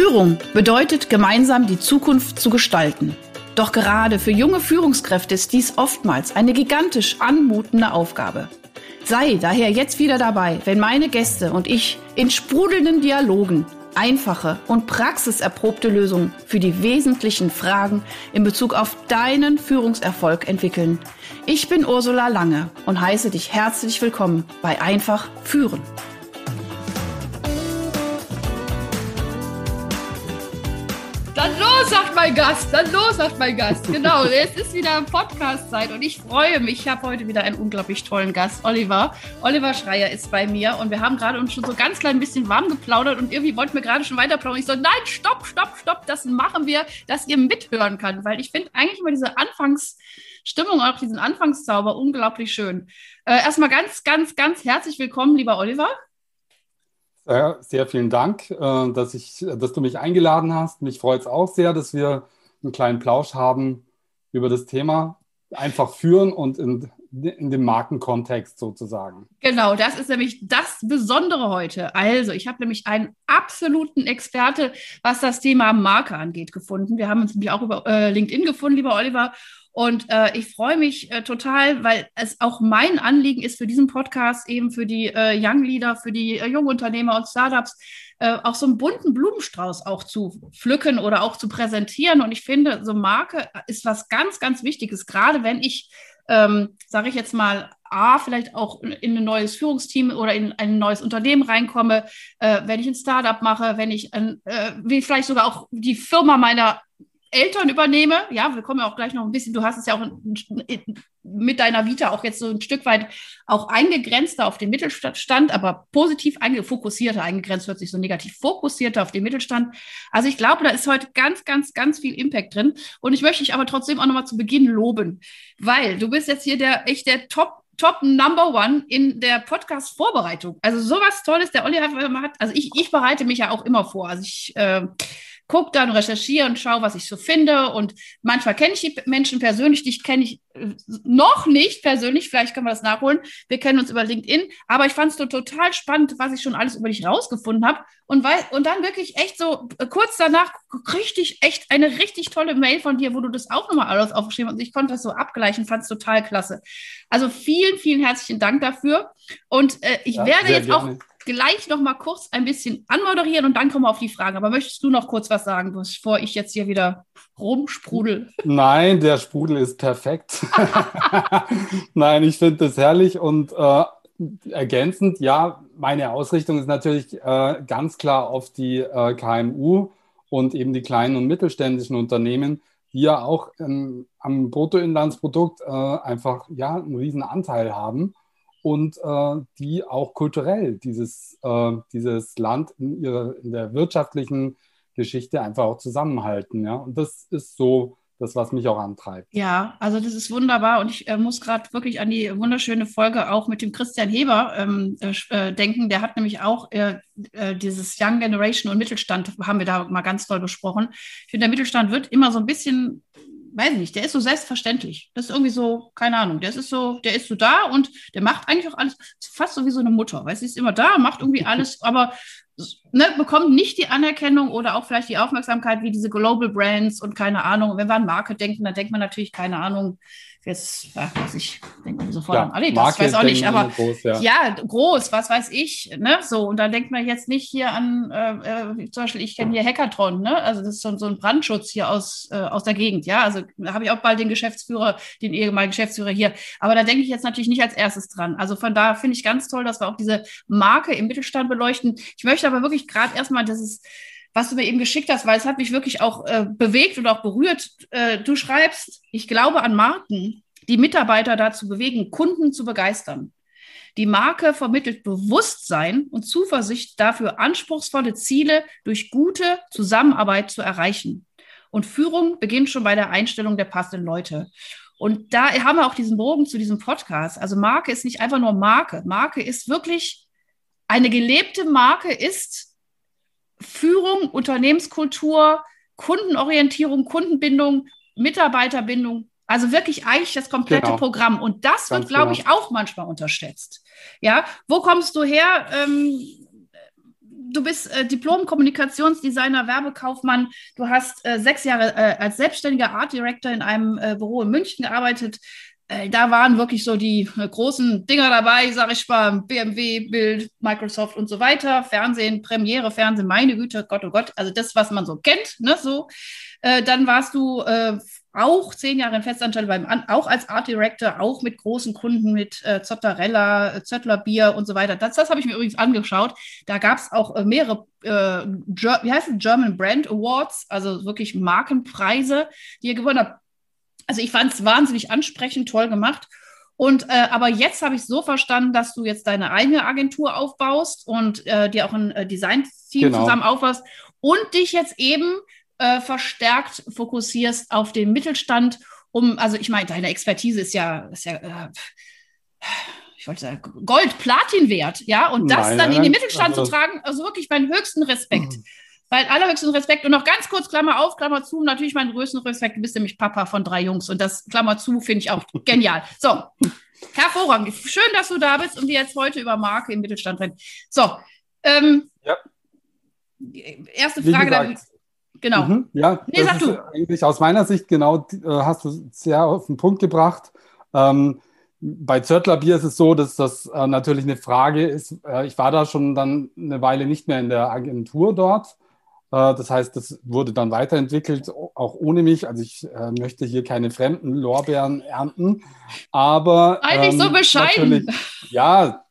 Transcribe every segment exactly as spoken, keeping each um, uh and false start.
Führung bedeutet, gemeinsam die Zukunft zu gestalten. Doch gerade für junge Führungskräfte ist dies oftmals eine gigantisch anmutende Aufgabe. Sei daher jetzt wieder dabei, wenn meine Gäste und ich in sprudelnden Dialogen einfache und praxiserprobte Lösungen für die wesentlichen Fragen in Bezug auf deinen Führungserfolg entwickeln. Ich bin Ursula Lange und heiße dich herzlich willkommen bei Einfach Führen. Dann los, sagt mein Gast, dann los, sagt mein Gast. Genau, es ist wieder Podcast-Zeit und ich freue mich. Ich habe heute wieder einen unglaublich tollen Gast, Oliver. Oliver Schreier ist bei mir und wir haben gerade uns schon so ganz klein bisschen warm geplaudert und irgendwie wollten wir gerade schon weiter plaudern. Ich so, nein, stopp, stopp, stopp, das machen wir, dass ihr mithören könnt, weil ich finde eigentlich immer diese Anfangsstimmung, auch diesen Anfangszauber unglaublich schön. Äh, erstmal ganz, ganz, ganz herzlich willkommen, lieber Oliver. Sehr, sehr vielen Dank, dass, ich, dass du mich eingeladen hast. Mich freut es auch sehr, dass wir einen kleinen Plausch haben über das Thema einfach führen und in, in dem Markenkontext sozusagen. Genau, das ist nämlich das Besondere heute. Also, ich habe nämlich einen absoluten Experte, was das Thema Marke angeht, gefunden. Wir haben uns nämlich auch über äh, LinkedIn gefunden, lieber Oliver. Und äh, ich freue mich äh, total, weil es auch mein Anliegen ist für diesen Podcast, eben für die äh, Young Leader, für die äh, Jungunternehmer und Startups, äh, auch so einen bunten Blumenstrauß auch zu pflücken oder auch zu präsentieren. Und ich finde, so Marke ist was ganz, ganz Wichtiges, gerade wenn ich, ähm, sage ich jetzt mal, A, vielleicht auch in ein neues Führungsteam oder in ein neues Unternehmen reinkomme, äh, wenn ich ein Startup mache, wenn ich ein, äh, wie vielleicht sogar auch die Firma meiner Eltern übernehme, ja, wir kommen ja auch gleich noch ein bisschen, du hast es ja auch mit deiner Vita auch jetzt so ein Stück weit auch eingegrenzter auf den Mittelstand, aber positiv fokussierter, eingegrenzt hört sich so negativ, fokussierter auf den Mittelstand. Also ich glaube, da ist heute ganz, ganz, ganz viel Impact drin und ich möchte dich aber trotzdem auch nochmal zu Beginn loben, weil du bist jetzt hier der echt der Top Top Number One in der Podcast-Vorbereitung. Also sowas Tolles, der Olli hat, also ich, ich bereite mich ja auch immer vor, also ich äh, gucke dann, recherchiere und schaue, was ich so finde. Und manchmal kenne ich die Menschen persönlich, dich kenne ich noch nicht persönlich, vielleicht können wir das nachholen. Wir kennen uns über LinkedIn, aber ich fand es so total spannend, was ich schon alles über dich rausgefunden habe. Und, weil, und dann wirklich echt so kurz danach richtig, echt eine richtig tolle Mail von dir, wo du das auch nochmal alles aufgeschrieben hast. Und ich konnte das so abgleichen, fand es total klasse. Also vielen, vielen herzlichen Dank dafür. Und äh, ich ja, werde jetzt gerne. auch gleich noch mal kurz ein bisschen anmoderieren und dann kommen wir auf die Fragen. Aber möchtest du noch kurz was sagen, bevor ich jetzt hier wieder rumsprudel? Nein, der Sprudel ist perfekt. Nein, ich finde das herrlich und äh, ergänzend, ja, meine Ausrichtung ist natürlich äh, ganz klar auf die äh, K M U und eben die kleinen und mittelständischen Unternehmen, die ja auch ähm, am Bruttoinlandsprodukt äh, einfach ja, einen riesen Anteil haben. Und äh, die auch kulturell dieses, äh, dieses Land in, ihrer, in der wirtschaftlichen Geschichte einfach auch zusammenhalten. Ja? Und das ist so das, was mich auch antreibt. Ja, also das ist wunderbar. Und ich äh, muss gerade wirklich an die wunderschöne Folge auch mit dem Christian Heber ähm, äh, denken. Der hat nämlich auch äh, äh, dieses Young Generation und Mittelstand, haben wir da mal ganz toll besprochen. Ich finde, der Mittelstand wird immer so ein bisschen... weiß nicht, der ist so selbstverständlich. Das ist irgendwie so, keine Ahnung, der ist so, der ist so da und der macht eigentlich auch alles, fast so wie so eine Mutter, weißt du, ist immer da, macht irgendwie alles, aber ne, bekommt nicht die Anerkennung oder auch vielleicht die Aufmerksamkeit wie diese Global Brands und keine Ahnung. Wenn wir an Marke denken, dann denkt man natürlich, keine Ahnung, jetzt, ja, was ich denke sofort ja, an Adidas, weiß auch nicht, aber groß, ja. ja, groß, was weiß ich, ne, so, und da denkt man jetzt nicht hier an, äh, zum Beispiel, ich kenne hier Hackathon, ne, also das ist so, so ein Brandschutz hier aus, äh, aus der Gegend, ja, also da habe ich auch bald den Geschäftsführer, den ehemaligen Geschäftsführer hier, aber da denke ich jetzt natürlich nicht als erstes dran, also von da finde ich ganz toll, dass wir auch diese Marke im Mittelstand beleuchten. Ich möchte aber wirklich gerade erstmal, dass es was du mir eben geschickt hast, weil es hat mich wirklich auch äh, bewegt und auch berührt. Äh, du schreibst, ich glaube an Marken, die Mitarbeiter dazu bewegen, Kunden zu begeistern. Die Marke vermittelt Bewusstsein und Zuversicht dafür, anspruchsvolle Ziele durch gute Zusammenarbeit zu erreichen. Und Führung beginnt schon bei der Einstellung der passenden Leute. Und da haben wir auch diesen Bogen zu diesem Podcast. Also Marke ist nicht einfach nur Marke. Marke ist wirklich, eine gelebte Marke ist Führung, Unternehmenskultur, Kundenorientierung, Kundenbindung, Mitarbeiterbindung, also wirklich eigentlich das komplette genau. Programm. Und das wird, glaube genau. ich, auch manchmal unterschätzt. Ja, wo kommst du her? Ähm, du bist äh, Diplom-Kommunikationsdesigner, Werbekaufmann. Du hast äh, sechs Jahre äh, als selbstständiger Art Director in einem äh, Büro in München gearbeitet. Äh, da waren wirklich so die äh, großen Dinger dabei, sag ich mal, B M W, Bild, Microsoft und so weiter. Fernsehen, Premiere, Fernsehen, meine Güte, Gott, oh Gott. Also das, was man so kennt, ne, so. Äh, dann warst du äh, auch zehn Jahre in Festanstellung, beim, auch als Art Director, auch mit großen Kunden, mit äh, Zottarella, Zöttler Bier und so weiter. Das, das habe ich mir übrigens angeschaut. Da gab es auch äh, mehrere, äh, Ger- wie heißt es, German Brand Awards, also wirklich Markenpreise, die ihr gewonnen habt. Also ich fand es wahnsinnig ansprechend, toll gemacht. Und äh, aber jetzt habe ich so verstanden, dass du jetzt deine eigene Agentur aufbaust und äh, dir auch ein äh, Design-Team Genau. zusammen aufbaust und dich jetzt eben äh, verstärkt fokussierst auf den Mittelstand, um, also ich meine, deine Expertise ist ja, ist ja äh, ich wollte sagen, Gold, Platin wert, ja, und das Nein, dann nein, in den nein. Mittelstand Also, zu tragen, also wirklich meinen höchsten Respekt. Weil allerhöchsten Respekt und noch ganz kurz, Klammer auf, Klammer zu, natürlich meinen größten Respekt, du bist nämlich Papa von drei Jungs und das, Klammer zu, finde ich auch genial. So, hervorragend. Schön, dass du da bist und wir jetzt heute über Marke im Mittelstand reden. So, ähm, ja, erste wie Frage, dann, gesagt, genau. mhm, ja, Nee, sag das ist du. eigentlich aus meiner Sicht genau, äh, hast du sehr auf den Punkt gebracht. Ähm, bei Zöttler Bier ist es so, dass das äh, natürlich eine Frage ist. Äh, ich war da schon dann eine Weile nicht mehr in der Agentur dort. Äh, das heißt, das wurde dann weiterentwickelt, auch ohne mich. Also ich äh, möchte hier keine fremden Lorbeeren ernten. Aber Eigentlich so ähm, bescheiden. natürlich, ja,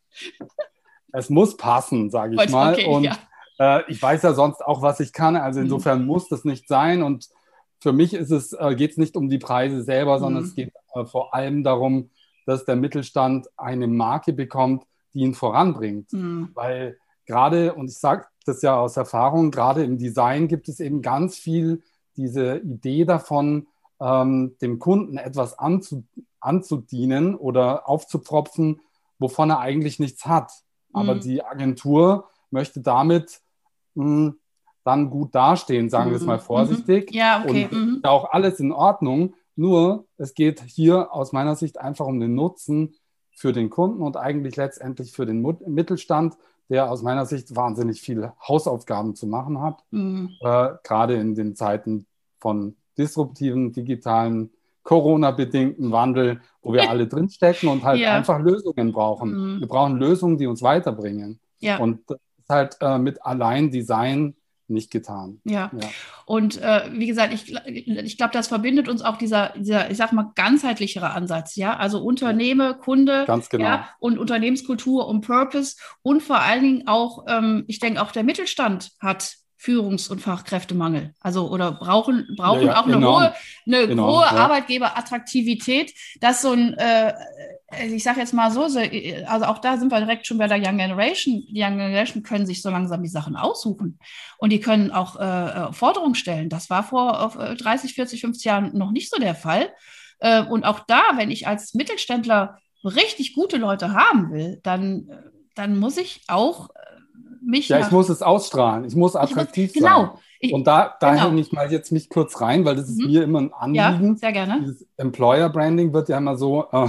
es muss passen, sage ich Gut, mal. okay, Und ja. äh, ich weiß ja sonst auch, was ich kann. Also insofern muss das nicht sein. Und für mich ist es, äh, geht es nicht um die Preise selber, sondern Mhm. es geht äh, vor allem darum, dass der Mittelstand eine Marke bekommt, die ihn voranbringt. Mhm. Weil gerade, und ich sage das ja aus Erfahrung, gerade im Design gibt es eben ganz viel diese Idee davon, ähm, dem Kunden etwas anzu, anzudienen oder aufzupfropfen, wovon er eigentlich nichts hat. Aber Mhm. die Agentur möchte damit mh, dann gut dastehen, sagen wir es mal Mhm. vorsichtig. Ja, okay. Und Mhm. auch alles in Ordnung. Nur es geht hier aus meiner Sicht einfach um den Nutzen für den Kunden und eigentlich letztendlich für den Mut- Mittelstand, der aus meiner Sicht wahnsinnig viele Hausaufgaben zu machen hat. Mhm. Äh, gerade in den Zeiten von disruptiven, digitalen, Corona-bedingten Wandel, wo wir alle drinstecken und halt Ja. einfach Lösungen brauchen. Mhm. Wir brauchen Lösungen, die uns weiterbringen. Ja. Und das ist halt äh, mit allein Design nicht getan. Ja, Ja. und äh, wie gesagt, ich, ich glaube, das verbindet uns auch dieser, dieser, ich sag mal, ganzheitlichere Ansatz, ja, also Unternehmer, Kunde, Ganz genau. ja, und Unternehmenskultur und Purpose und vor allen Dingen auch, ähm, ich denke, auch der Mittelstand hat Führungs- und Fachkräftemangel, also oder brauchen, brauchen Ja, ja, auch eine enorm. hohe, eine Enorm, hohe ja. Arbeitgeberattraktivität, dass so ein, äh, ich sage jetzt mal so, so, also auch da sind wir direkt schon bei der Young Generation. Die Young Generation können sich so langsam die Sachen aussuchen und die können auch äh, Forderungen stellen. Das war vor äh, dreißig, vierzig, fünfzig Jahren noch nicht so der Fall. Äh, und auch da, wenn ich als Mittelständler richtig gute Leute haben will, dann, dann muss ich auch äh, mich Ja, nach, ich muss es ausstrahlen. Ich muss attraktiv ich muss, sein. genau. Ich, Und da, da genau. hänge ich mal jetzt mich kurz rein, weil das ist Mhm. mir immer ein Anliegen. Ja, sehr gerne. Dieses Employer Branding wird ja immer so, äh,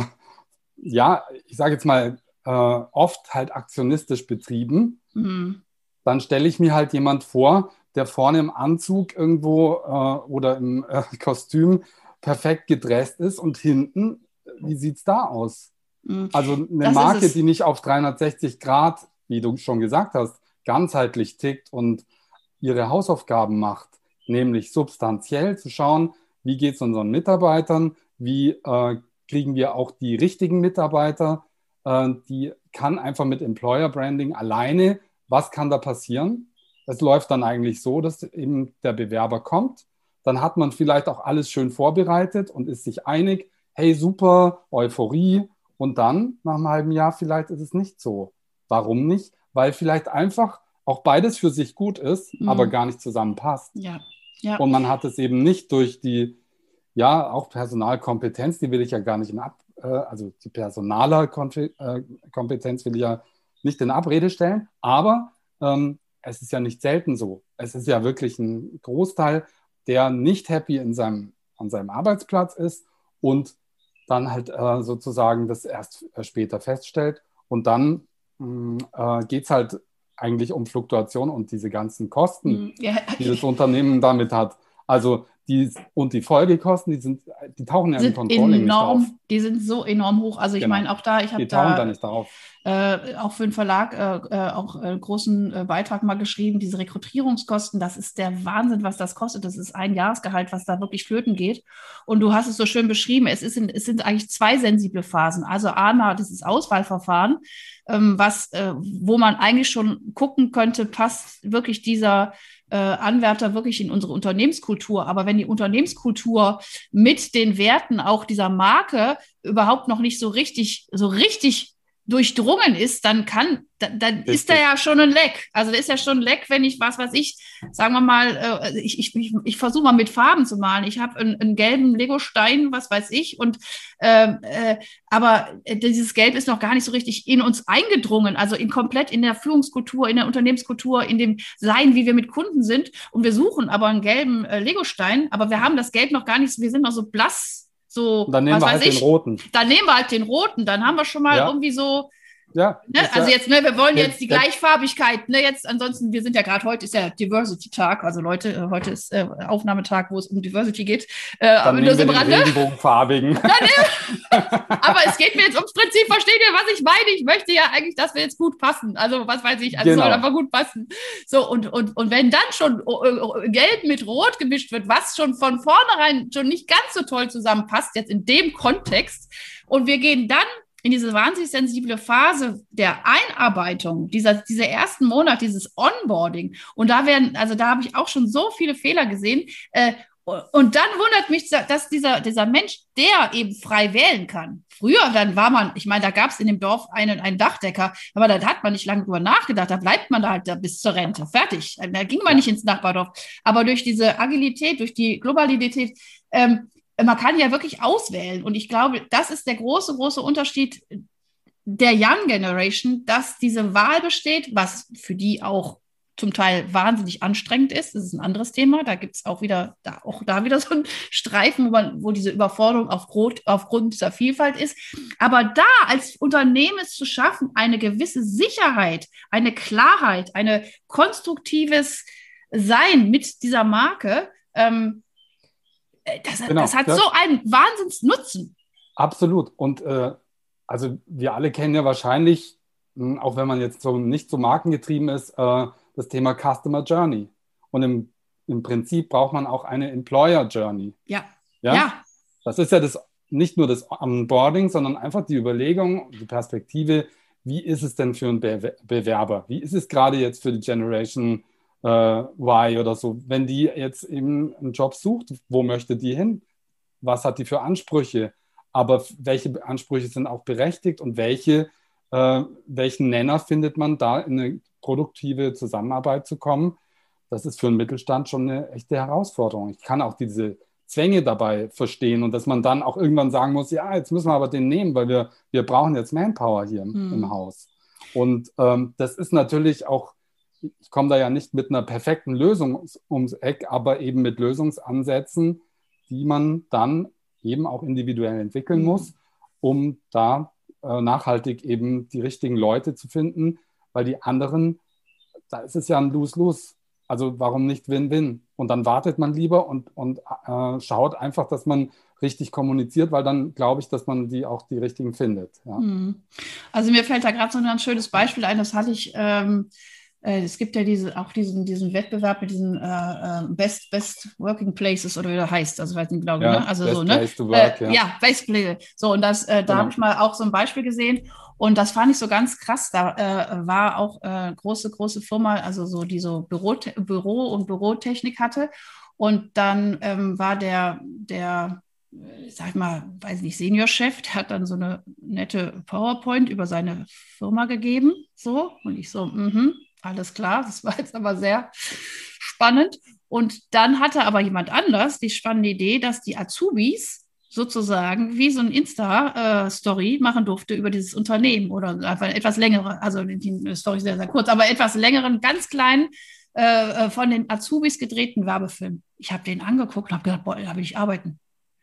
ja, ich sage jetzt mal, äh, oft halt aktionistisch betrieben. Mhm. Dann stelle ich mir halt jemand vor, der vorne im Anzug irgendwo äh, oder im äh, Kostüm perfekt gedresst ist und hinten, wie sieht es da aus? Mhm. Also eine Das ist Marke, es. die nicht auf dreihundertsechzig Grad, wie du schon gesagt hast, ganzheitlich tickt und ihre Hausaufgaben macht, nämlich substanziell zu schauen, wie geht es unseren Mitarbeitern, wie äh, kriegen wir auch die richtigen Mitarbeiter, äh, die kann einfach mit Employer Branding alleine, was kann da passieren? Es läuft dann eigentlich so, dass eben der Bewerber kommt, dann hat man vielleicht auch alles schön vorbereitet und ist sich einig, hey super, Euphorie, und dann nach einem halben Jahr vielleicht ist es nicht so. Warum nicht? Weil vielleicht einfach auch beides für sich gut ist, Mhm. aber gar nicht zusammenpasst. Ja. Ja. Und man hat es eben nicht durch die, ja, auch Personalkompetenz, die will ich ja gar nicht in Ab, äh, also die Personalerkompetenz will ich ja nicht in Abrede stellen, aber ähm, es ist ja nicht selten so. Es ist ja wirklich ein Großteil, der nicht happy in seinem, an seinem Arbeitsplatz ist und dann halt äh, sozusagen das erst äh, später feststellt. Und dann äh, geht es halt eigentlich um Fluktuation und diese ganzen Kosten, Ja. die das Unternehmen damit hat. Also die und die Folgekosten, die sind, die tauchen ja im sind Controlling enorm, nicht auf. die sind so enorm hoch. Also ich Genau. meine, auch da, ich habe Die tauchen da da nicht darauf. äh, auch für den Verlag äh, äh, auch einen großen äh, Beitrag mal geschrieben, diese Rekrutierungskosten, das ist der Wahnsinn, was das kostet. Das ist ein Jahresgehalt, was da wirklich flöten geht. Und du hast es so schön beschrieben, es, ist in, es sind eigentlich zwei sensible Phasen. Also A, dieses Auswahlverfahren, ähm, was, äh, wo man eigentlich schon gucken könnte, passt wirklich dieser äh, Anwärter wirklich in unsere Unternehmenskultur. Aber wenn die Unternehmenskultur mit den Werten auch dieser Marke überhaupt noch nicht so richtig, so richtig durchdrungen ist, dann kann, dann, dann ist da ja schon ein Leck. Also da ist ja schon ein Leck, wenn ich, was weiß ich, sagen wir mal, äh, ich, ich, ich, ich versuche mal mit Farben zu malen. Ich habe einen, einen gelben Lego-Stein, was weiß ich, und äh, äh, aber dieses Gelb ist noch gar nicht so richtig in uns eingedrungen, also in komplett in der Führungskultur, in der Unternehmenskultur, in dem Sein, wie wir mit Kunden sind. Und wir suchen aber einen gelben äh, Lego-Stein, aber wir haben das Gelb noch gar nicht, wir sind noch so blass. So, dann nehmen was wir weiß halt ich, den roten. Dann nehmen wir halt den roten. Dann haben wir schon mal ja. irgendwie so. Ja, ne? Also ja, jetzt, ne, wir wollen der, jetzt die Gleichfarbigkeit. Ne, jetzt ansonsten, wir sind ja gerade heute ist ja Diversity-Tag. Also Leute, heute ist äh, Aufnahmetag, wo es um Diversity geht. Äh, dann aber nehmen wir den Rande. Regenbogenfarbigen. Aber es geht mir jetzt ums Prinzip. Versteht ihr, was ich meine? Ich möchte ja eigentlich, dass wir jetzt gut passen. Also was weiß ich, also genau. soll einfach gut passen. So und und und wenn dann schon äh, Gelb mit Rot gemischt wird, was schon von vornherein schon nicht ganz so toll zusammenpasst, jetzt in dem Kontext, und wir gehen dann in diese wahnsinnig sensible Phase der Einarbeitung, dieser, dieser ersten Monat, dieses Onboarding. Und da werden, also da habe ich auch schon so viele Fehler gesehen. Äh, und dann wundert mich, dass dieser, dieser Mensch, der eben frei wählen kann. Früher, dann war man, ich meine, da gab es in dem Dorf einen, einen Dachdecker, aber da hat man nicht lange drüber nachgedacht, da bleibt man da halt da bis zur Rente, fertig. Da ging man ja. nicht ins Nachbardorf. Aber durch diese Agilität, durch die Globalität, ähm, man kann ja wirklich auswählen. Und ich glaube, das ist der große, große Unterschied der Young Generation, dass diese Wahl besteht, was für die auch zum Teil wahnsinnig anstrengend ist. Das ist ein anderes Thema. Da gibt es auch wieder, da, auch da wieder so einen Streifen, wo, man, wo diese Überforderung aufgrund, aufgrund dieser Vielfalt ist. Aber da als Unternehmen es zu schaffen, eine gewisse Sicherheit, eine Klarheit, ein konstruktives Sein mit dieser Marke, ähm, Das, genau, das hat ja. so einen Wahnsinnsnutzen. Absolut. Und äh, also wir alle kennen ja wahrscheinlich, mh, auch wenn man jetzt so nicht so markengetrieben ist, äh, das Thema Customer Journey. Und im, im Prinzip braucht man auch eine Employer Journey. Ja. ja. Ja. Das ist ja das, nicht nur das Onboarding, sondern einfach die Überlegung, die Perspektive, wie ist es denn für einen Be- Bewerber? Wie ist es gerade jetzt für die Generation Y oder so, wenn die jetzt eben einen Job sucht, wo möchte die hin? Was hat die für Ansprüche? Aber welche Ansprüche sind auch berechtigt und welche, äh, welchen Nenner findet man da, in eine produktive Zusammenarbeit zu kommen? Das ist für einen Mittelstand schon eine echte Herausforderung. Ich kann auch diese Zwänge dabei verstehen und dass man dann auch irgendwann sagen muss, ja, jetzt müssen wir aber den nehmen, weil wir, wir brauchen jetzt Manpower hier im, hm. im Haus. Und ähm, das ist natürlich auch, ich komme da ja nicht mit einer perfekten Lösung ums Eck, aber eben mit Lösungsansätzen, die man dann eben auch individuell entwickeln mhm. muss, um da äh, nachhaltig eben die richtigen Leute zu finden, weil die anderen, da ist es ja ein Lose-Lose. Also warum nicht Win-Win? Und dann wartet man lieber und, und äh, schaut einfach, dass man richtig kommuniziert, weil dann glaube ich, dass man die auch die richtigen findet. Ja. Also mir fällt da gerade so ein ganz schönes Beispiel ein, das hatte ich... Ähm Es gibt ja diese, auch diesen, diesen Wettbewerb mit diesen äh, Best, Best Working Places oder wie der heißt, also weiß nicht genau, ja, ne? Also Best so, ne? Place to Work, äh, ja. ja, Best Place. So, und das, äh, da genau. habe ich mal auch so ein Beispiel gesehen und das fand ich so ganz krass. Da äh, war auch äh, große, große Firma, also so, die so Büro, Büro und Bürotechnik hatte. Und dann ähm, war der, der sag ich mal, weiß nicht, Seniorchef, der hat dann so eine nette PowerPoint über seine Firma gegeben, so, und ich so, mhm. Alles klar, das war jetzt aber sehr spannend. Und dann hatte aber jemand anders die spannende Idee, dass die Azubis sozusagen wie so ein Insta-Story machen durfte über dieses Unternehmen oder einfach etwas längere, also die Story ist sehr, sehr kurz, aber etwas längeren, ganz kleinen, äh, von den Azubis gedrehten Werbefilm. Ich habe den angeguckt und habe gedacht, boah, da will ich arbeiten.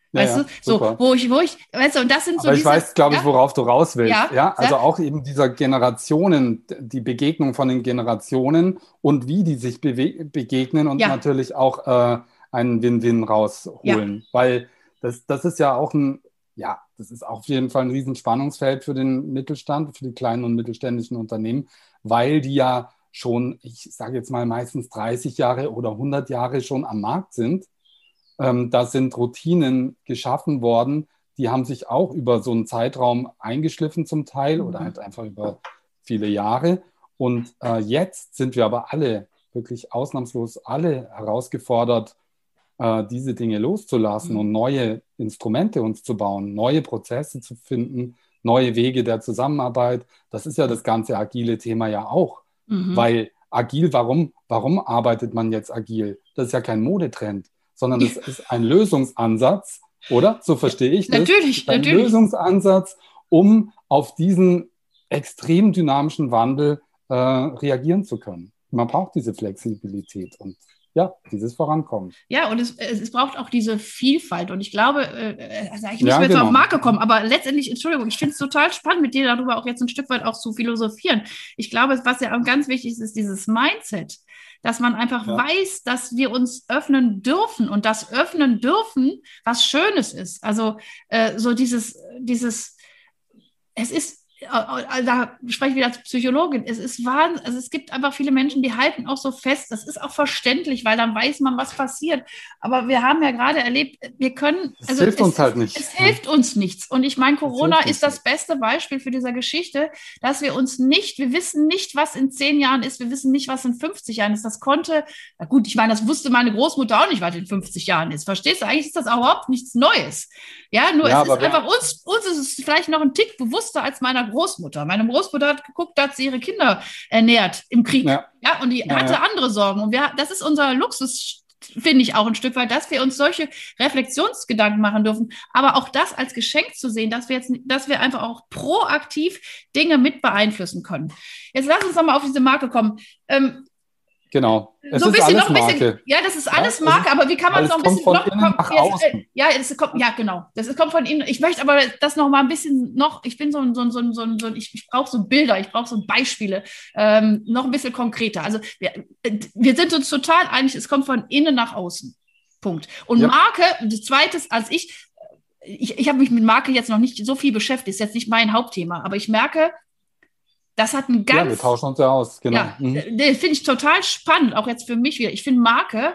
Ja, weißt ja, du, so, super. wo ich, wo ich, weißt du, und das sind so Aber ich diese, weiß, glaube ich, ja, worauf du raus willst. ja, Ja, also sag, auch eben dieser Generationen, die Begegnung von den Generationen und wie die sich bewe- begegnen und ja, natürlich auch äh, einen Win-Win ja, rausholen. Weil das, das ist ja auch ein, ja, das ist auf jeden Fall ein Riesenspannungsfeld für den Mittelstand, für die kleinen und mittelständischen Unternehmen, weil die ja schon, ich sage jetzt mal, meistens dreißig Jahre oder hundert Jahre schon am Markt sind. Ähm, da sind Routinen geschaffen worden, die haben sich auch über so einen Zeitraum eingeschliffen zum Teil oder halt einfach über viele Jahre. Und äh, jetzt sind wir aber alle, wirklich ausnahmslos alle herausgefordert, äh, diese Dinge loszulassen und neue Instrumente uns zu bauen, neue Prozesse zu finden, neue Wege der Zusammenarbeit. Das ist ja das ganze agile Thema ja auch. mhm. Weil agil, warum, warum arbeitet man jetzt agil? Das ist ja kein Modetrend, sondern das ist ein Lösungsansatz, oder? So verstehe ich das. Natürlich, Ein natürlich. Lösungsansatz, um auf diesen extrem dynamischen Wandel äh, reagieren zu können. Man braucht diese Flexibilität und ja, dieses Vorankommen. Ja, und es, es braucht auch diese Vielfalt. Und ich glaube, äh, also ich muss Ja, jetzt genau. auf Marke kommen, aber letztendlich, Entschuldigung, ich finde es total spannend, mit dir darüber auch jetzt ein Stück weit auch zu philosophieren. Ich glaube, was ja auch ganz wichtig ist, ist dieses Mindset, dass man einfach Ja. weiß, dass wir uns öffnen dürfen und das öffnen dürfen, was Schönes ist. Also äh, so dieses, dieses, es ist, da spreche ich wieder als Psychologin, es ist Wahnsinn, also es gibt einfach viele Menschen, die halten auch so fest, das ist auch verständlich, weil dann weiß man, was passiert, aber wir haben ja gerade erlebt, wir können, Es also hilft es, uns halt nicht. Es hilft uns nichts und ich meine, Corona hilft uns ist das beste Beispiel für diese Geschichte, dass wir uns nicht, wir wissen nicht, was in zehn Jahren ist, wir wissen nicht, was in fünfzig Jahren ist, das konnte, na gut, ich meine, das wusste meine Großmutter auch nicht, was in fünfzig Jahren ist, verstehst du, eigentlich ist das auch überhaupt nichts Neues, ja, nur Ja, es ist aber wir- einfach, uns, uns ist es vielleicht noch ein Tick bewusster als meiner Großmutter. Meine Großmutter hat geguckt, dass sie ihre Kinder ernährt im Krieg. Ja. Ja, und die Ja, hatte ja. andere Sorgen. Und wir, das ist unser Luxus, finde ich auch ein Stück weit, dass wir uns solche Reflexionsgedanken machen dürfen. Aber auch das als Geschenk zu sehen, dass wir jetzt, dass wir einfach auch proaktiv Dinge mit beeinflussen können. Jetzt lass uns nochmal auf diese Marke kommen. Ähm, Genau. Es so ein ist bisschen, alles noch ein bisschen, Marke. ja, das ist alles Ja, Marke, es ist- aber wie kann man weil es es noch ein bisschen kommt noch, von innen nach jetzt, außen. äh, ja, es kommt, ja, genau. Das ist, kommt von innen. Ich möchte aber das noch mal ein bisschen noch, ich bin so ein, so ein, so ein, so ein, so ein ich, ich brauche so Bilder, ich brauche so Beispiele, ähm, noch ein bisschen konkreter. Also wir, äh, wir sind uns total einig, es kommt von innen nach außen. Punkt. Und Ja. Marke, das Zweite, als ich, ich, ich habe mich mit Marke jetzt noch nicht so viel beschäftigt, ist jetzt nicht mein Hauptthema, aber ich merke, das hat einen Ja, wir ganz, tauschen uns ja aus, genau. ja, Mhm. äh, finde ich total spannend, auch jetzt für mich wieder. Ich finde, Marke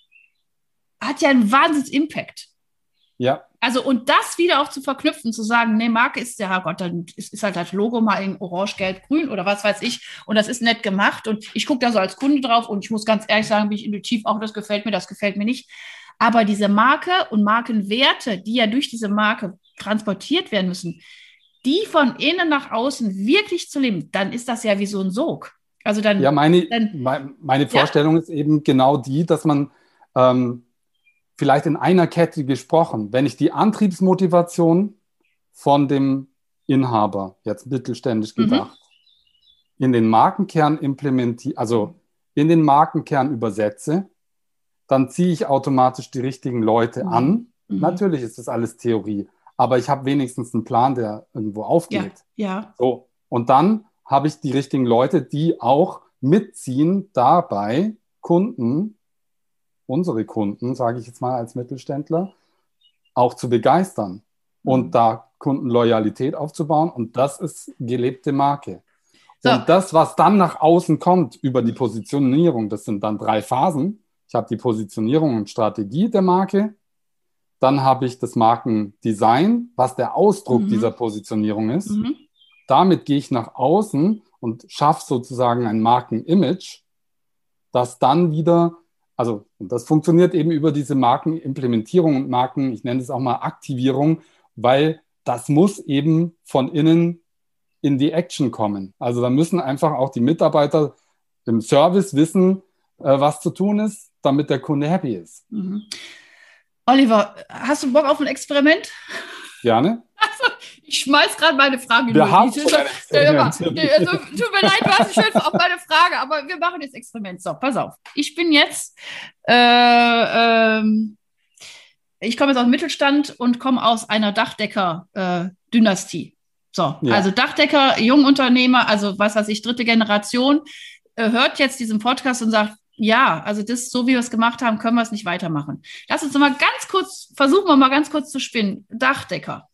hat ja einen Wahnsinns-Impact. Ja, Also, und das wieder auch zu verknüpfen, zu sagen, nee, Marke ist ja, Gott, dann ist, ist halt das Logo mal in orange, gelb, grün oder was weiß ich. Und das ist nett gemacht. Und ich gucke da so als Kunde drauf und ich muss ganz ehrlich sagen, bin ich intuitiv auch, das gefällt mir, das gefällt mir nicht. Aber diese Marke und Markenwerte, die ja durch diese Marke transportiert werden müssen, die von innen nach außen wirklich zu leben, dann ist das ja wie so ein Sog. Also dann, ja meine, dann mein- meine Vorstellung ist eben genau die, dass man ähm, vielleicht in einer Kette gesprochen, wenn ich die Antriebsmotivation von dem Inhaber, jetzt mittelständisch Mhm. gedacht, in den Markenkern implementiere, also in den Markenkern übersetze, dann ziehe ich automatisch die richtigen Leute Mhm. an. Mhm. Natürlich ist das alles Theorie, aber ich habe wenigstens einen Plan, der irgendwo ja, aufgeht. ja, So, und dann habe ich die richtigen Leute, die auch mitziehen, dabei Kunden, unsere Kunden, sage ich jetzt mal als Mittelständler, auch zu begeistern und Mhm. da Kundenloyalität aufzubauen. Und das ist gelebte Marke. So. Und das, was dann nach außen kommt über die Positionierung, das sind dann drei Phasen. Ich habe die Positionierung und Strategie der Marke. Dann habe ich das Markendesign, was der Ausdruck Mhm. dieser Positionierung ist. Mhm. Damit gehe ich nach außen und schaffe sozusagen ein Markenimage, das dann wieder, also und das funktioniert eben über diese Markenimplementierung und Marken, ich nenne es auch mal Aktivierung, weil das muss eben von innen in die Action kommen. Also da müssen einfach auch die Mitarbeiter im Service wissen, äh, was zu tun ist, damit der Kunde happy ist. Mhm. Oliver, hast du Bock auf ein Experiment? Gerne. Ich schmeiß gerade meine Frage Wir nur. haben Die- schon ein Ja, ja, Experiment. ja, also, tut mir leid, du hast schön auf meine Frage, aber wir machen jetzt Experiment. So, pass auf. Ich bin jetzt, äh, ähm, ich komme jetzt aus dem Mittelstand und komme aus einer Dachdecker-Dynastie. Äh, so, ja. Also Dachdecker, Jungunternehmer, also was weiß ich, dritte Generation, äh, hört jetzt diesen Podcast und sagt, ja, also das, so wie wir es gemacht haben, können wir es nicht weitermachen. Lass uns mal ganz kurz, versuchen wir mal ganz kurz zu spinnen. Dachdecker.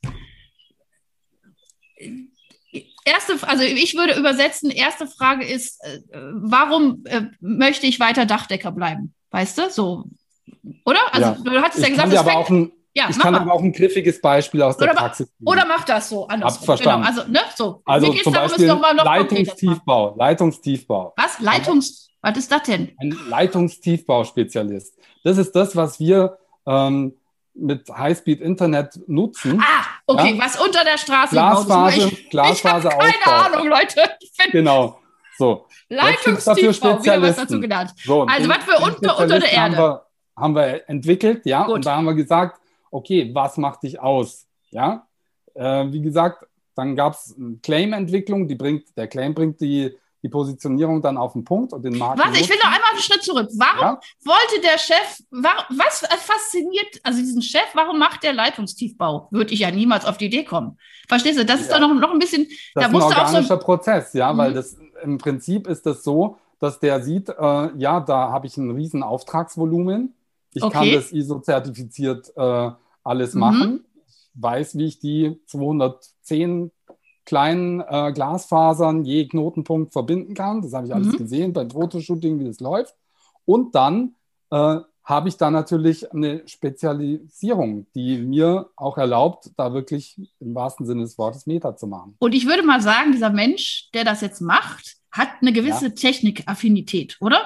Erste, also ich würde übersetzen, erste Frage ist, äh, warum äh, möchte ich weiter Dachdecker bleiben? Weißt du, so, oder? Also ja. du hattest ja ich gesagt, kann das aber auch ein, ja, ich kann mal. aber auch ein griffiges Beispiel aus der oder Praxis geben. Oder mach das so anders. Verstanden. Genau, also, ne, so. Also zum darum, Beispiel noch noch Leitungstiefbau. Leitungstiefbau. Was? Leitungs... Was ist das denn? Ein Leitungstiefbauspezialist. Das ist das, was wir ähm, mit Highspeed-Internet nutzen. Ah, okay, ja? Was unter der Straße Glasfaser, ich, Glasfaser ich habe keine Ahnung, Leute. Genau, so. Leitungstiefbau, wieder was dazu gelernt. So, also was für unter, unter der Erde. Haben wir, haben wir entwickelt, ja, Gut. Und da haben wir gesagt, okay, was macht dich aus? Ja, äh, wie gesagt, dann gab es eine Claim-Entwicklung, die bringt, der Claim bringt die die Positionierung dann auf den Punkt und den Markt. Warte, ich will noch einmal einen Schritt zurück. Warum ja? wollte der Chef, war, was fasziniert, also diesen Chef, warum macht der Leitungstiefbau? Würde ich ja niemals auf die Idee kommen. Verstehst du? Das ist ja. doch noch, noch ein bisschen... Das da ist ein organischer auch so Prozess, ja, mhm. weil das im Prinzip ist das so, dass der sieht, äh, ja, da habe ich ein riesen Auftragsvolumen. Ich okay. kann das I S O-zertifiziert äh, alles mhm. machen. Ich weiß, wie ich die zweihundertzehn kleinen äh, Glasfasern je Knotenpunkt verbinden kann. Das habe ich alles mhm. gesehen beim Fotoshooting, wie das läuft. Und dann äh, habe ich da natürlich eine Spezialisierung, die mir auch erlaubt, da wirklich im wahrsten Sinne des Wortes Meter zu machen. Und ich würde mal sagen, dieser Mensch, der das jetzt macht, hat eine gewisse ja. Technikaffinität, oder?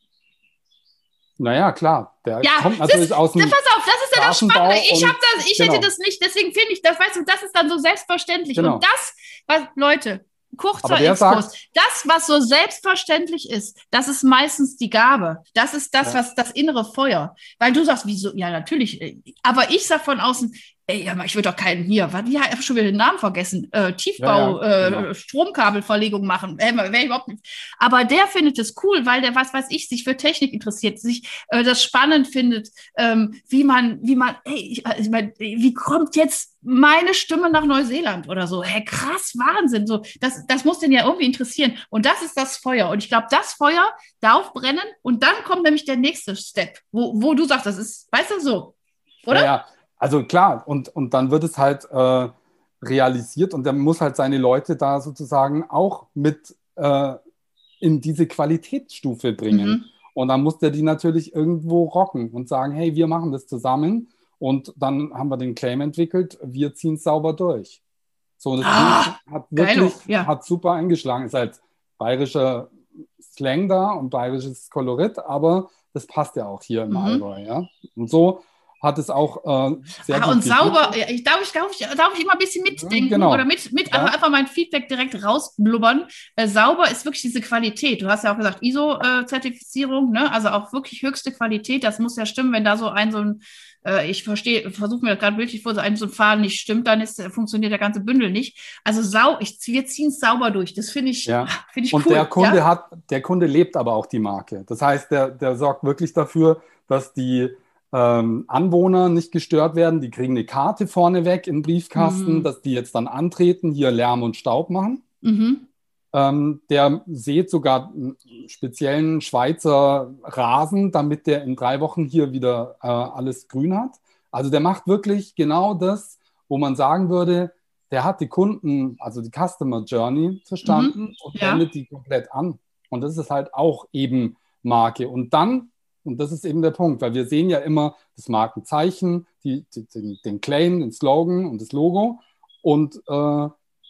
Naja, klar. Der ja, kommt natürlich das, aus dem Pass auf, das ist ja das Spannende. Ich, hab das, ich genau. hätte das nicht, deswegen finde ich, das, weißt du, das ist dann so selbstverständlich. Genau. Und das, was, Leute, kurzer Exkurs, sagt, das, was so selbstverständlich ist, das ist meistens die Gabe. Das ist das, ja. was das innere Feuer. Weil du sagst, wieso? Ja, natürlich. Aber ich sage von außen, ey, aber ich würde doch keinen hier, ich habe schon wieder den Namen vergessen, äh, Tiefbau, ja, ja, genau. äh, Stromkabelverlegung machen. Äh, wär überhaupt nicht. Aber der findet es cool, weil der, was weiß ich, sich für Technik interessiert, sich äh, das spannend findet, ähm, wie man, wie man, ey, ich, ich mein, wie kommt jetzt meine Stimme nach Neuseeland oder so? Hey, krass, Wahnsinn. So, das, das muss den ja irgendwie interessieren. Und das ist das Feuer. Und ich glaube, das Feuer darf brennen und dann kommt nämlich der nächste Step, wo, wo du sagst, das ist, weißt du, so, oder? Ja, ja. Also klar, und, und dann wird es halt äh, realisiert und dann muss halt seine Leute da sozusagen auch mit äh, in diese Qualitätsstufe bringen. Mhm. Und dann muss der die natürlich irgendwo rocken und sagen, hey, wir machen das zusammen und dann haben wir den Claim entwickelt, wir ziehen es sauber durch. So, das ah, hat wirklich ja. hat super eingeschlagen. Ist halt bayerischer Slang da und bayerisches Kolorit, aber das passt ja auch hier im mhm. Allgäu. Ja? Und so hat es auch äh, sehr ah, gut und sauber, ich darf, ich, darf, ich, darf ich immer ein bisschen mitdenken genau. oder mit, mit ja. einfach mein Feedback direkt rausblubbern. Äh, sauber ist wirklich diese Qualität. Du hast ja auch gesagt, I S O-Zertifizierung, ne? Also auch wirklich höchste Qualität. Das muss ja stimmen, wenn da so ein, so ein, äh, ich verstehe, versuche mir das gerade bildlich vor, so ein, so ein Faden nicht stimmt, dann ist, funktioniert der ganze Bündel nicht. Also sau, ich, wir ziehen es sauber durch. Das finde ich, ja. find ich und cool. Der Kunde ja? hat, der Kunde lebt aber auch die Marke. Das heißt, der, der sorgt wirklich dafür, dass die Ähm, Anwohner nicht gestört werden, die kriegen eine Karte vorneweg in den Briefkasten, mhm. dass die jetzt dann antreten, hier Lärm und Staub machen. Mhm. Ähm, der sät sogar einen speziellen Schweizer Rasen, damit der in drei Wochen hier wieder äh, alles grün hat. Also der macht wirklich genau das, wo man sagen würde, der hat die Kunden, also die Customer Journey verstanden mhm. und ja. wendet die komplett an. Und das ist halt auch eben Marke. Und dann Und das ist eben der Punkt, weil wir sehen ja immer das Markenzeichen, die, die, den, den Claim, den Slogan und das Logo und äh,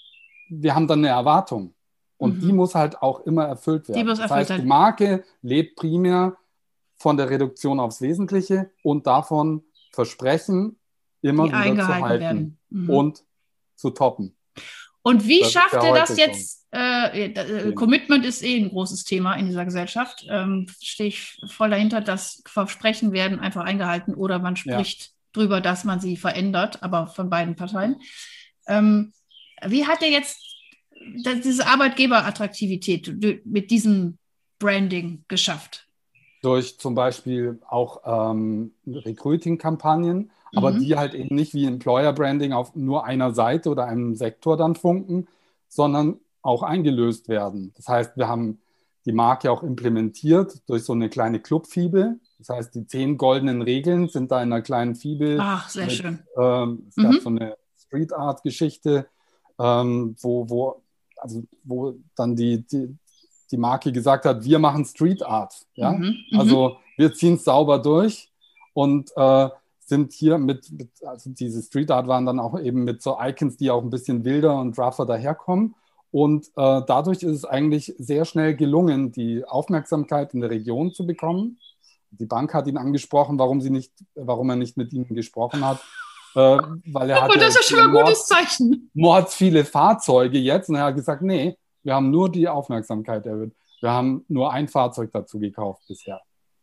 wir haben dann eine Erwartung und mhm. die muss halt auch immer erfüllt werden. Die muss das erfüllt heißt, sein. Die Marke lebt primär von der Reduktion aufs Wesentliche und davon Versprechen immer die wieder zu halten mhm. und zu toppen. Und wie das schafft er das jetzt? Äh, äh, Commitment ist eh ein großes Thema in dieser Gesellschaft. Ähm, stehe ich voll dahinter, dass Versprechen werden einfach eingehalten oder man spricht ja. drüber, dass man sie verändert, aber von beiden Parteien. Ähm, wie hat er jetzt diese Arbeitgeberattraktivität mit diesem Branding geschafft? Durch zum Beispiel auch ähm, Recruiting-Kampagnen, aber Mhm. die halt eben nicht wie Employer Branding auf nur einer Seite oder einem Sektor dann funken, sondern auch eingelöst werden. Das heißt, wir haben die Marke auch implementiert durch so eine kleine Clubfibel. Das heißt, die zehn goldenen Regeln sind da in einer kleinen Fibel. Ach, sehr mit, schön. ähm, es Mhm. gab so eine Street Art Geschichte, ähm, wo, wo, also, wo dann die, die, die Marke gesagt hat, wir machen Street Art. Ja? Mhm. Mhm. Also wir ziehen es sauber durch und äh, sind hier mit, mit, also diese Street Art waren dann auch eben mit so Icons, die auch ein bisschen wilder und rougher daherkommen. Und äh, dadurch ist es eigentlich sehr schnell gelungen, die Aufmerksamkeit in der Region zu bekommen. Die Bank hat ihn angesprochen, warum, sie nicht, warum er nicht mit ihnen gesprochen hat. Äh, weil er hat Und das ja ist schon mal ein gutes Zeichen. mords viele Fahrzeuge jetzt. Und er hat gesagt, nee, wir haben nur die Aufmerksamkeit erhöht. Wir haben nur ein Fahrzeug dazu gekauft bisher.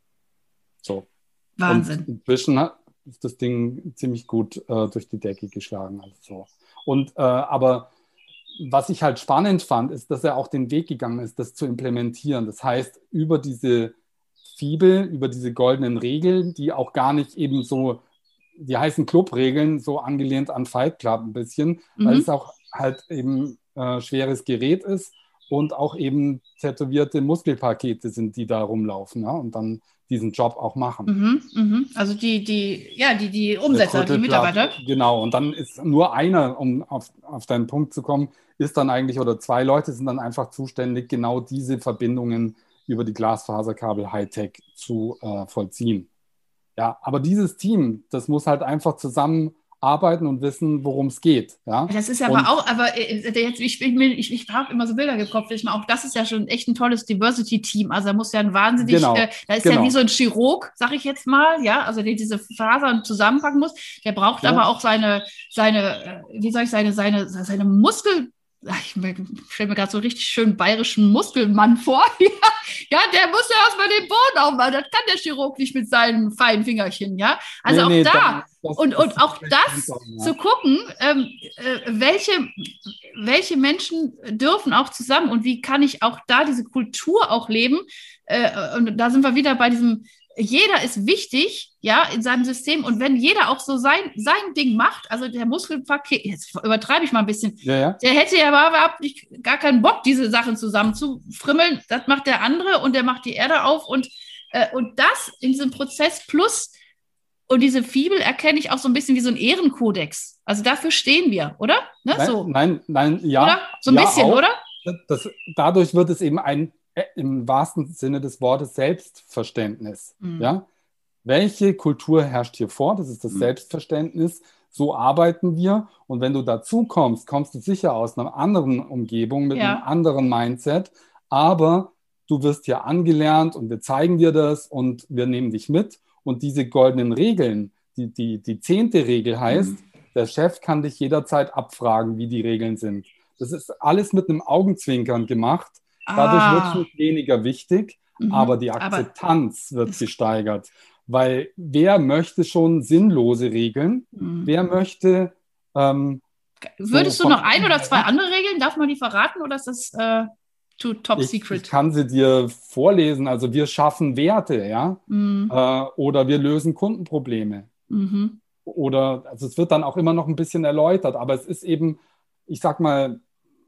So. Wahnsinn. Und inzwischen hat ist das Ding ziemlich gut äh, durch die Decke geschlagen. Also so. Und äh, aber was ich halt spannend fand, ist, dass er auch den Weg gegangen ist, das zu implementieren. Das heißt, über diese Fibel, über diese goldenen Regeln, die auch gar nicht eben so, die heißen Clubregeln, so angelehnt an Fight Club ein bisschen, mhm. weil es auch halt eben äh, schweres Gerät ist und auch eben tätowierte Muskelpakete sind, die da rumlaufen, ja, und dann diesen Job auch machen. Mhm, mhm. Also die, die, ja, die, die Umsetzer, die Mitarbeiter. Genau, und dann ist nur einer, um auf, auf deinen Punkt zu kommen, ist dann eigentlich, oder zwei Leute sind dann einfach zuständig, genau diese Verbindungen über die Glasfaserkabel Hightech zu äh, vollziehen. Ja, aber dieses Team, das muss halt einfach zusammenarbeiten und wissen, worum es geht. Ja? Das ist ja und, aber auch, aber jetzt, ich, ich, ich, ich habe immer so Bilder gekopft, ich meine, auch das ist ja schon echt ein tolles Diversity-Team. Also da muss ja ein wahnsinnig, genau, äh, da ist genau. ja wie so ein Chirurg, sag ich jetzt mal, ja, also der diese Fasern zusammenpacken muss. Der braucht ja. aber auch seine, seine, wie soll ich seine, seine, seine Muskel. Ich stelle mir gerade so einen richtig schönen bayerischen Muskelmann vor. Ja, der muss ja erstmal den Boden aufmachen. Das kann der Chirurg nicht mit seinen feinen Fingerchen, ja. Also nee, auch nee, da das, und, das und auch das sein, ja. zu gucken, ähm, äh, welche, welche Menschen dürfen auch zusammen und wie kann ich auch da diese Kultur auch leben. Äh, und da sind wir wieder bei diesem, jeder ist wichtig, ja, in seinem System. Und wenn jeder auch so sein, sein Ding macht, also der Muskelpaket, jetzt übertreibe ich mal ein bisschen, ja, ja. der hätte ja überhaupt nicht, gar keinen Bock, diese Sachen zusammen zu frimmeln. Das macht der andere und der macht die Erde auf. Und, äh, und das in diesem Prozess plus, und diese Fibel erkenne ich auch so ein bisschen wie so ein Ehrenkodex. Also dafür stehen wir, oder? Ne? Nein, so. nein, nein, ja. Oder? So ein ja, bisschen, auch. oder? Das, dadurch wird es eben ein im wahrsten Sinne des Wortes Selbstverständnis. Mhm. Ja? Welche Kultur herrscht hier vor? Das ist das mhm. Selbstverständnis. So arbeiten wir. Und wenn du dazu kommst, kommst du sicher aus einer anderen Umgebung mit ja. einem anderen Mindset. Aber du wirst hier angelernt und wir zeigen dir das und wir nehmen dich mit. Und diese goldenen Regeln, die, die, die zehnte Regel heißt, mhm. der Chef kann dich jederzeit abfragen, wie die Regeln sind. Das ist alles mit einem Augenzwinkern gemacht. Dadurch ah. wird es nicht weniger wichtig, mhm. aber die Akzeptanz aber wird gesteigert. Weil wer möchte schon sinnlose Regeln? Mhm. Wer möchte... Ähm, Würdest so du noch ein oder zwei andere Regeln? Darf man die verraten oder ist das äh, too top ich, secret? Ich kann sie dir vorlesen. Also wir schaffen Werte, ja? Mhm. Äh, oder wir lösen Kundenprobleme. Mhm. Oder, also es wird dann auch immer noch ein bisschen erläutert, aber es ist eben, ich sag mal,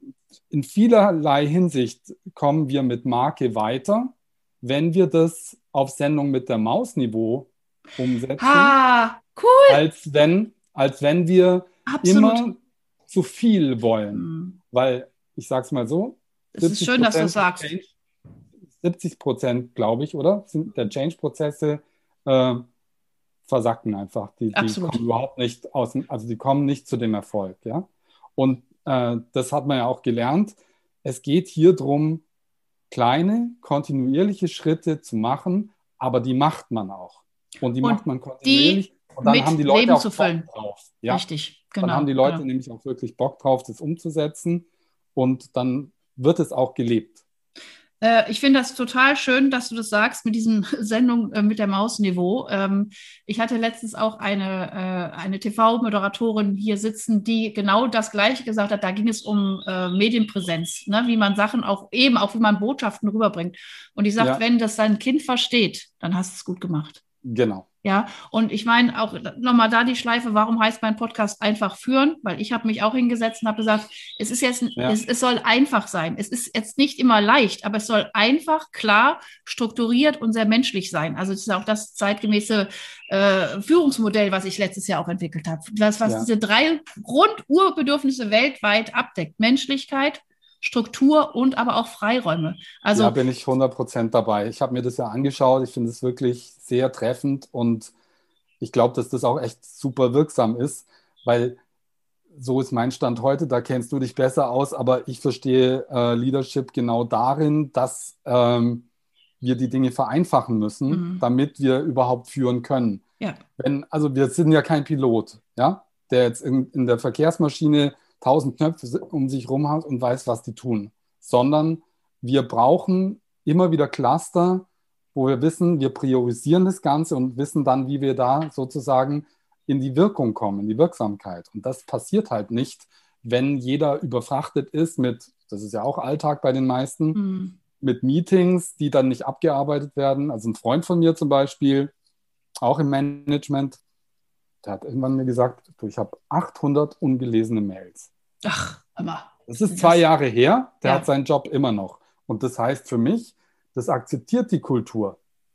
in vielerlei Hinsicht kommen wir mit Marke weiter, wenn wir das auf Sendung mit der Maus-Niveau umsetzen, ah, cool. als, wenn, als wenn wir Absolut. immer zu viel wollen. Mhm. Weil, ich sage es mal so, es ist schön, dass du sagst. Change, siebzig Prozent, glaube ich, oder? Sind der Change-Prozesse äh, versacken einfach. Die, die kommen überhaupt nicht aus, also die kommen nicht zu dem Erfolg, ja. Und das hat man ja auch gelernt. Es geht hier darum, kleine, kontinuierliche Schritte zu machen, aber die macht man auch. Und die und macht man kontinuierlich. Und dann haben die Leute Leben auch Bock drauf. Ja? Richtig, genau. Dann haben die Leute genau. nämlich auch wirklich Bock drauf, das umzusetzen. Und dann wird es auch gelebt. Ich finde das total schön, dass du das sagst mit diesen Sendungen äh, mit der Maus-Niveau. Ähm, ich hatte letztens auch eine, äh, eine T V-Moderatorin hier sitzen, die genau das Gleiche gesagt hat. Da ging es um äh, Medienpräsenz, ne? Wie man Sachen auch eben, auch wie man Botschaften rüberbringt. Und die sagt, ja. wenn das dein Kind versteht, dann hast du es gut gemacht. Genau. Ja, und ich meine auch nochmal da die Schleife, warum heißt mein Podcast einfach führen? Weil ich habe mich auch hingesetzt und habe gesagt, es ist jetzt, Ja. es, es soll einfach sein. Es ist jetzt nicht immer leicht, aber es soll einfach, klar, strukturiert und sehr menschlich sein. Also es ist auch das zeitgemäße äh, Führungsmodell, was ich letztes Jahr auch entwickelt habe. Das, was Ja. diese drei Grundurbedürfnisse weltweit abdeckt. Menschlichkeit, Struktur und aber auch Freiräume. Also Ja, bin ich hundert Prozent dabei. Ich habe mir das ja angeschaut. Ich finde es wirklich sehr treffend und ich glaube, dass das auch echt super wirksam ist, weil so ist mein Stand heute. Da kennst du dich besser aus, aber ich verstehe äh, Leadership genau darin, dass ähm, wir die Dinge vereinfachen müssen, Mhm. damit wir überhaupt führen können. ja, Wenn, also wir sind ja kein Pilot, ja, der jetzt in, in der Verkehrsmaschine tausend Knöpfe um sich rum hat und weiß, was die tun, sondern wir brauchen immer wieder Cluster, wo wir wissen, wir priorisieren das Ganze und wissen dann, wie wir da sozusagen in die Wirkung kommen, in die Wirksamkeit. Und das passiert halt nicht, wenn jeder überfrachtet ist mit, das ist ja auch Alltag bei den meisten, mhm. mit Meetings, die dann nicht abgearbeitet werden. Also ein Freund von mir zum Beispiel, auch im Management, der hat irgendwann mir gesagt, du, ich habe achthundert ungelesene Mails. Ach, hör mal. Das ist zwei Jahre her, der Ja. hat seinen Job immer noch. Und das heißt für mich, das akzeptiert die Kultur.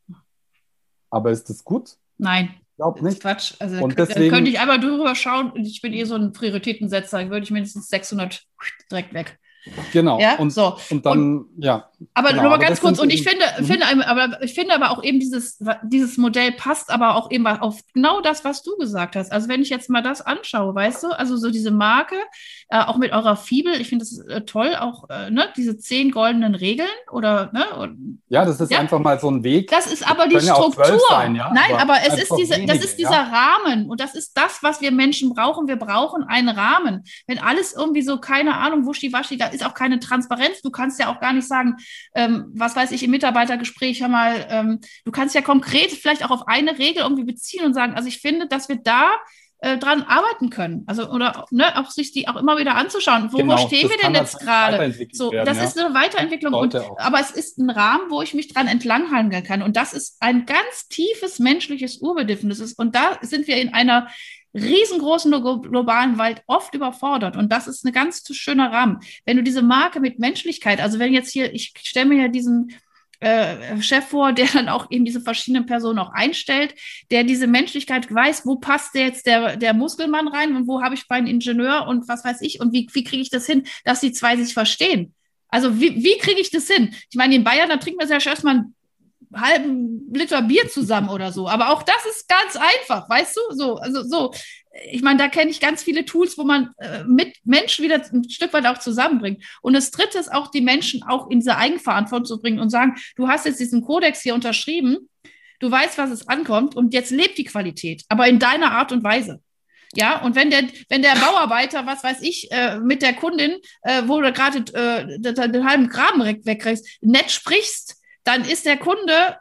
Aber ist das gut? Nein. Ich glaube Das ist nicht. Quatsch. Also Und da deswegen- könnte ich einmal drüber schauen und ich bin eh so ein Prioritätensetzer, dann würde ich mindestens sechshundert direkt weg. Genau. Ja, und, so. und dann, ja. Aber genau, nur mal aber ganz das kurz, sind und ich eben- finde, Mhm. finde, aber ich finde aber auch eben dieses, dieses Modell passt aber auch eben auf genau das, was du gesagt hast. Also wenn ich jetzt mal das anschaue, weißt du, also so diese Marke, äh, auch mit eurer Fibel, ich finde das äh, toll, auch äh, ne, diese zehn goldenen Regeln oder ne, und Ja, das ist Ja. einfach mal so ein Weg. das ist aber die Können ja auch Struktur. zwölf sein, ja, Nein, aber aber es ist einfach diese, das wenige, ist dieser ja. Rahmen und das ist das, was wir Menschen brauchen. Wir brauchen einen Rahmen. Wenn alles irgendwie so, keine Ahnung, wuschi-waschi, da ist auch keine Transparenz. Du kannst ja auch gar nicht sagen, ähm, was weiß ich, im Mitarbeitergespräch, hör mal, ähm, du kannst ja konkret vielleicht auch auf eine Regel irgendwie beziehen und sagen, also ich finde, dass wir da äh, dran arbeiten können. Also, oder ne, auch sich die auch immer wieder anzuschauen. Wo, Genau, wo stehen das wir kann denn jetzt natürlich gerade? weiterentwickelt So, werden, das ja. ist eine Weiterentwicklung, und, Sollte auch. aber es ist ein Rahmen, wo ich mich dran entlanghangeln kann. Und das ist ein ganz tiefes menschliches Urbedürfnis. Und da sind wir in einer riesengroßen glo- globalen Welt oft überfordert. Und das ist ein ganz schöner Rahmen. Wenn du diese Marke mit Menschlichkeit, also wenn jetzt hier, ich stelle mir ja diesen äh, Chef vor, der dann auch eben diese verschiedenen Personen auch einstellt, der diese Menschlichkeit weiß, wo passt der jetzt der, der Muskelmann rein und wo habe ich meinen Ingenieur und was weiß ich und wie, wie kriege ich das hin, dass die zwei sich verstehen. Also wie, wie kriege ich das hin? Ich meine, in Bayern, da trinken wir ja erstmal einen halben Liter Bier zusammen oder so. Aber auch das ist ganz einfach, weißt du? So, also so. Ich meine, da kenne ich ganz viele Tools, wo man äh, mit Menschen wieder ein Stück weit auch zusammenbringt. Und das Dritte ist auch, die Menschen auch in diese Eigenverantwortung zu bringen und sagen, du hast jetzt diesen Kodex hier unterschrieben, du weißt, was es ankommt und jetzt lebt die Qualität, aber in deiner Art und Weise. Ja, und wenn der, wenn der Bauarbeiter, was weiß ich, äh, mit der Kundin, äh, wo du gerade äh, den, den halben Graben wegkriegst, nett sprichst, dann ist der Kunde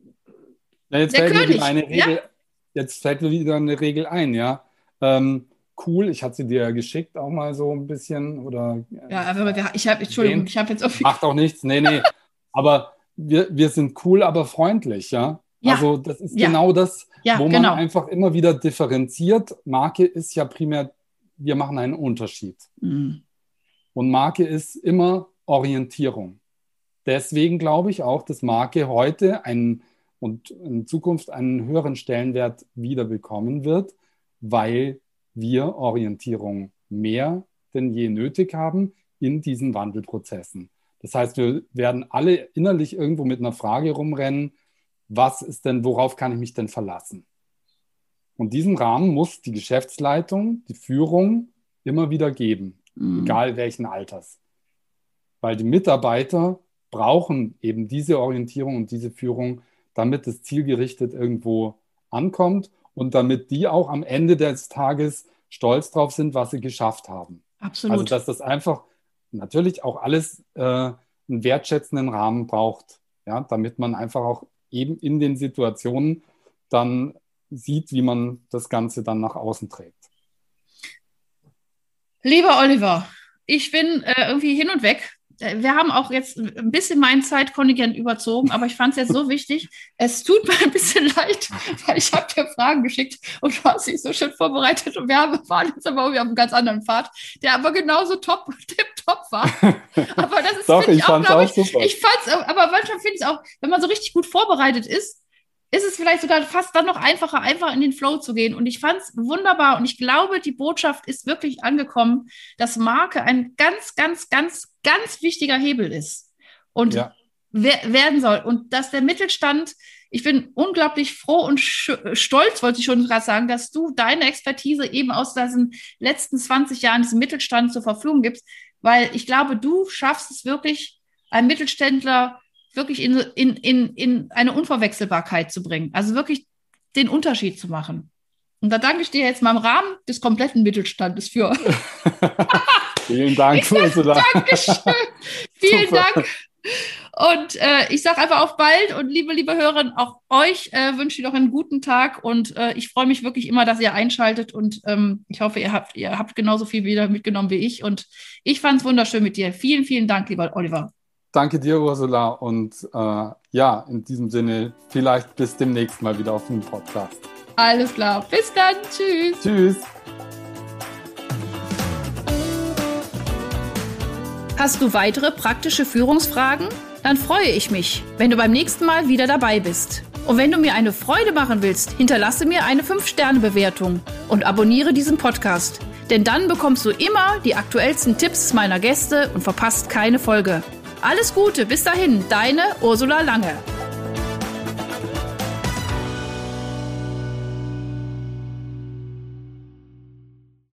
Ja, jetzt, der fällt mir König, wieder eine Regel, jetzt fällt mir wieder eine Regel ein, ja. Ähm, cool, ich hatte sie dir ja geschickt, auch mal so ein bisschen. Oder, Ja, aber wir, ich habe, Entschuldigung, ich habe jetzt auch viel. Macht auch nichts, nee, nee. Aber wir, wir sind cool, aber freundlich, ja. Ja. Also das ist Ja. genau das, Ja, wo man genau. einfach immer wieder differenziert. Marke ist ja primär, wir machen einen Unterschied. Mhm. Und Marke ist immer Orientierung. Deswegen glaube ich auch, dass Marke heute einen und in Zukunft einen höheren Stellenwert wieder bekommen wird, weil wir Orientierung mehr denn je nötig haben in diesen Wandelprozessen. Das heißt, wir werden alle innerlich irgendwo mit einer Frage rumrennen, was ist denn, worauf kann ich mich denn verlassen? Und diesen Rahmen muss die Geschäftsleitung, die Führung immer wieder geben, Mhm. egal welchen Alters. Weil die Mitarbeiter brauchen eben diese Orientierung und diese Führung, damit es zielgerichtet irgendwo ankommt und damit die auch am Ende des Tages stolz drauf sind, was sie geschafft haben. Absolut. Also dass das einfach natürlich auch alles äh, einen wertschätzenden Rahmen braucht, ja, damit man einfach auch eben in den Situationen dann sieht, wie man das Ganze dann nach außen trägt. Lieber Oliver, ich bin äh, irgendwie hin und weg. wir haben auch jetzt ein bisschen mein Zeitkontingent überzogen, aber ich fand es jetzt so wichtig. Es tut mir ein bisschen leid, weil ich habe dir Fragen geschickt und du hast dich so schön vorbereitet und wir haben, waren jetzt aber auf einem ganz anderen Pfad, der aber genauso top, tipptopp war. Aber das ist, Doch, ich, ich auch, auch ich, super. Ich fand's, aber manchmal finde ich es auch, wenn man so richtig gut vorbereitet ist, ist es vielleicht sogar fast dann noch einfacher, einfach in den Flow zu gehen. Und ich fand es wunderbar. Und ich glaube, die Botschaft ist wirklich angekommen, dass Marke ein ganz, ganz, ganz, ganz wichtiger Hebel ist und ja. wer- werden soll. Und dass der Mittelstand, ich bin unglaublich froh und sch- stolz, wollte ich schon gerade sagen, dass du deine Expertise eben aus diesen letzten zwanzig Jahren diesem Mittelstand zur Verfügung gibst, weil ich glaube, du schaffst es wirklich, einen Mittelständler wirklich in, in, in, in eine Unverwechselbarkeit zu bringen. Also wirklich den Unterschied zu machen. Und da danke ich dir jetzt mal im Rahmen des kompletten Mittelstandes für. Vielen Dank, Ursula. Dankeschön. Vielen Super. Dank. Und äh, ich sage einfach auf bald. Und liebe, liebe Hörerinnen, auch euch äh, wünsche ich noch einen guten Tag. Und äh, ich freue mich wirklich immer, dass ihr einschaltet. Und ähm, ich hoffe, ihr habt, ihr habt genauso viel wieder mitgenommen wie ich. Und ich fand es wunderschön mit dir. Vielen, vielen Dank, lieber Oliver. Danke dir, Ursula. Und äh, ja, in diesem Sinne, vielleicht bis demnächst mal wieder auf dem Podcast. Alles klar. Bis dann. Tschüss. Tschüss. Hast du weitere praktische Führungsfragen? Dann freue ich mich, wenn du beim nächsten Mal wieder dabei bist. Und wenn du mir eine Freude machen willst, hinterlasse mir eine fünf Sterne Bewertung und abonniere diesen Podcast. Denn dann bekommst du immer die aktuellsten Tipps meiner Gäste und verpasst keine Folge. Alles Gute, bis dahin, deine Ursula Lange.